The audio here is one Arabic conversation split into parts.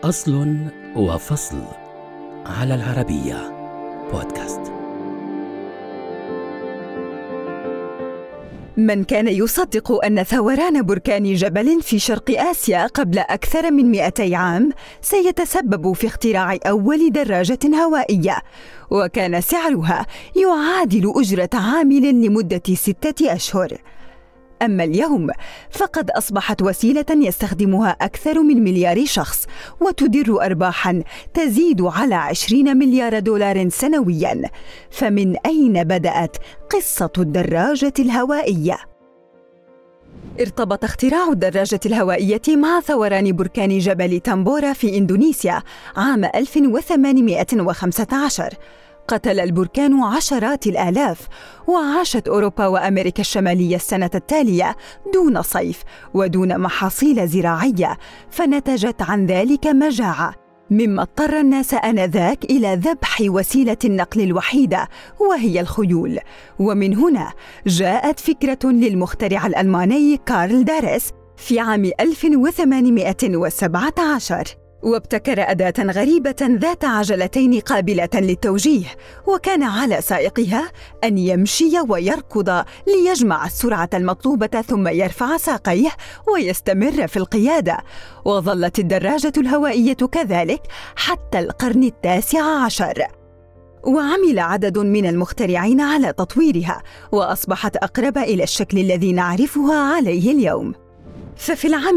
أصل وفصل على العربية بودكاست. من كان يصدق أن ثوران بركان جبل في شرق آسيا قبل أكثر من 200 عام سيتسبب في اختراع أول دراجة هوائية، وكان سعرها يعادل أجرة عامل لمدة 6 أشهر. أما اليوم فقد أصبحت وسيلة يستخدمها أكثر من مليار شخص، وتدر أرباحاً تزيد على 20 مليار دولار سنوياً. فمن أين بدأت قصة الدراجة الهوائية؟ ارتبط اختراع الدراجة الهوائية مع ثوران بركان جبل تامبورا في إندونيسيا عام 1815. قتل البركان عشرات الآلاف، وعاشت أوروبا وأمريكا الشمالية السنة التالية دون صيف ودون محاصيل زراعية، فنتجت عن ذلك مجاعة، مما اضطر الناس آنذاك إلى ذبح وسيلة النقل الوحيدة وهي الخيول. ومن هنا جاءت فكرة للمخترع الألماني كارل دارس في عام 1817، وابتكر أداة غريبة ذات عجلتين قابلة للتوجيه، وكان على سائقها أن يمشي ويركض ليجمع السرعة المطلوبة ثم يرفع ساقيه ويستمر في القيادة. وظلت الدراجة الهوائية كذلك حتى القرن 19، وعمل عدد من المخترعين على تطويرها، وأصبحت أقرب إلى الشكل الذي نعرفها عليه اليوم. ففي العام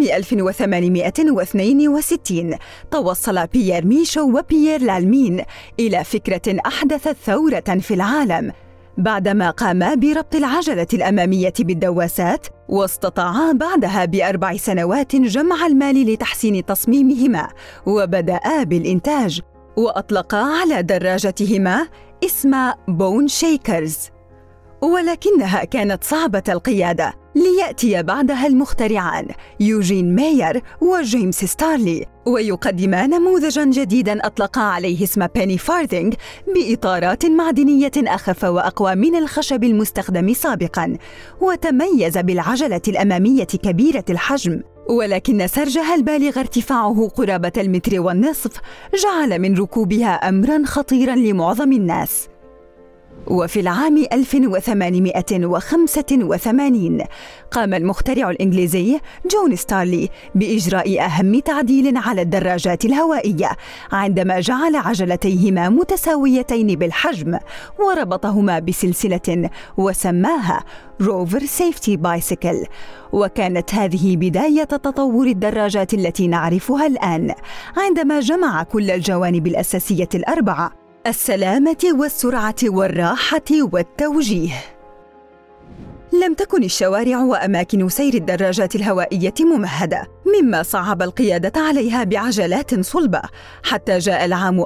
1862 توصل بيير ميشو وبيير لالمين إلى فكرة أحدثت ثورة في العالم، بعدما قاما بربط العجلة الأمامية بالدواسات، واستطاعا بعدها ب4 سنوات جمع المال لتحسين تصميمهما، وبدأا بالإنتاج، وأطلقا على دراجتهما اسم بون شيكرز، ولكنها كانت صعبة القيادة، ليأتي بعدها المخترعان يوجين ماير وجيمس ستارلي ويقدما نموذجاً جديداً أطلقا عليه اسم بيني فارثينغ، بإطارات معدنية أخف وأقوى من الخشب المستخدم سابقاً، وتميز بالعجلة الأمامية كبيرة الحجم، ولكن سرجها البالغ ارتفاعه قرابة 1.5 متر جعل من ركوبها أمراً خطيراً لمعظم الناس. وفي العام 1885 قام المخترع الإنجليزي جون ستارلي بإجراء أهم تعديل على الدراجات الهوائية، عندما جعل عجلتيهما متساويتين بالحجم، وربطهما بسلسلة وسماها روفر سيفتي بايسيكل. وكانت هذه بداية تطور الدراجات التي نعرفها الآن، عندما جمع كل الجوانب الأساسية الأربعة: السلامة والسرعة والراحة والتوجيه. لم تكن الشوارع وأماكن سير الدراجات الهوائية ممهدة، مما صعب القيادة عليها بعجلات صلبة، حتى جاء العام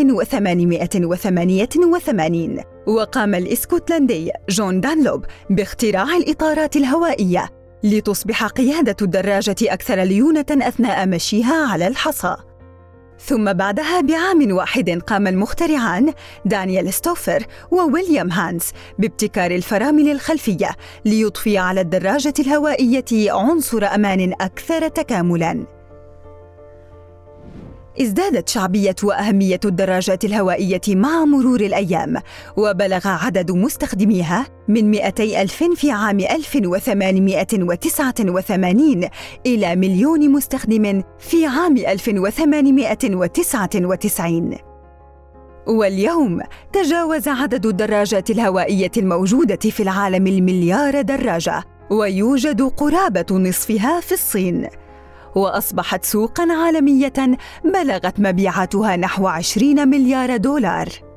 1888 وقام الإسكتلندي جون دانلوب باختراع الإطارات الهوائية، لتصبح قيادة الدراجة أكثر ليونة أثناء مشيها على الحصى. ثم بعدها بعام واحد قام المخترعان دانيال ستوفر وويليام هانس بابتكار الفرامل الخلفية، ليضفي على الدراجة الهوائية عنصر أمان أكثر تكاملاً. ازدادت شعبية وأهمية الدراجات الهوائية مع مرور الأيام، وبلغ عدد مستخدميها من 200,000 في عام 1889 إلى 1,000,000 مستخدم في عام 1899. واليوم تجاوز عدد الدراجات الهوائية الموجودة في العالم 1,000,000,000 دراجة، ويوجد قرابة نصفها في الصين، وأصبحت سوقاً عالمية بلغت مبيعاتها نحو 20 مليار دولار.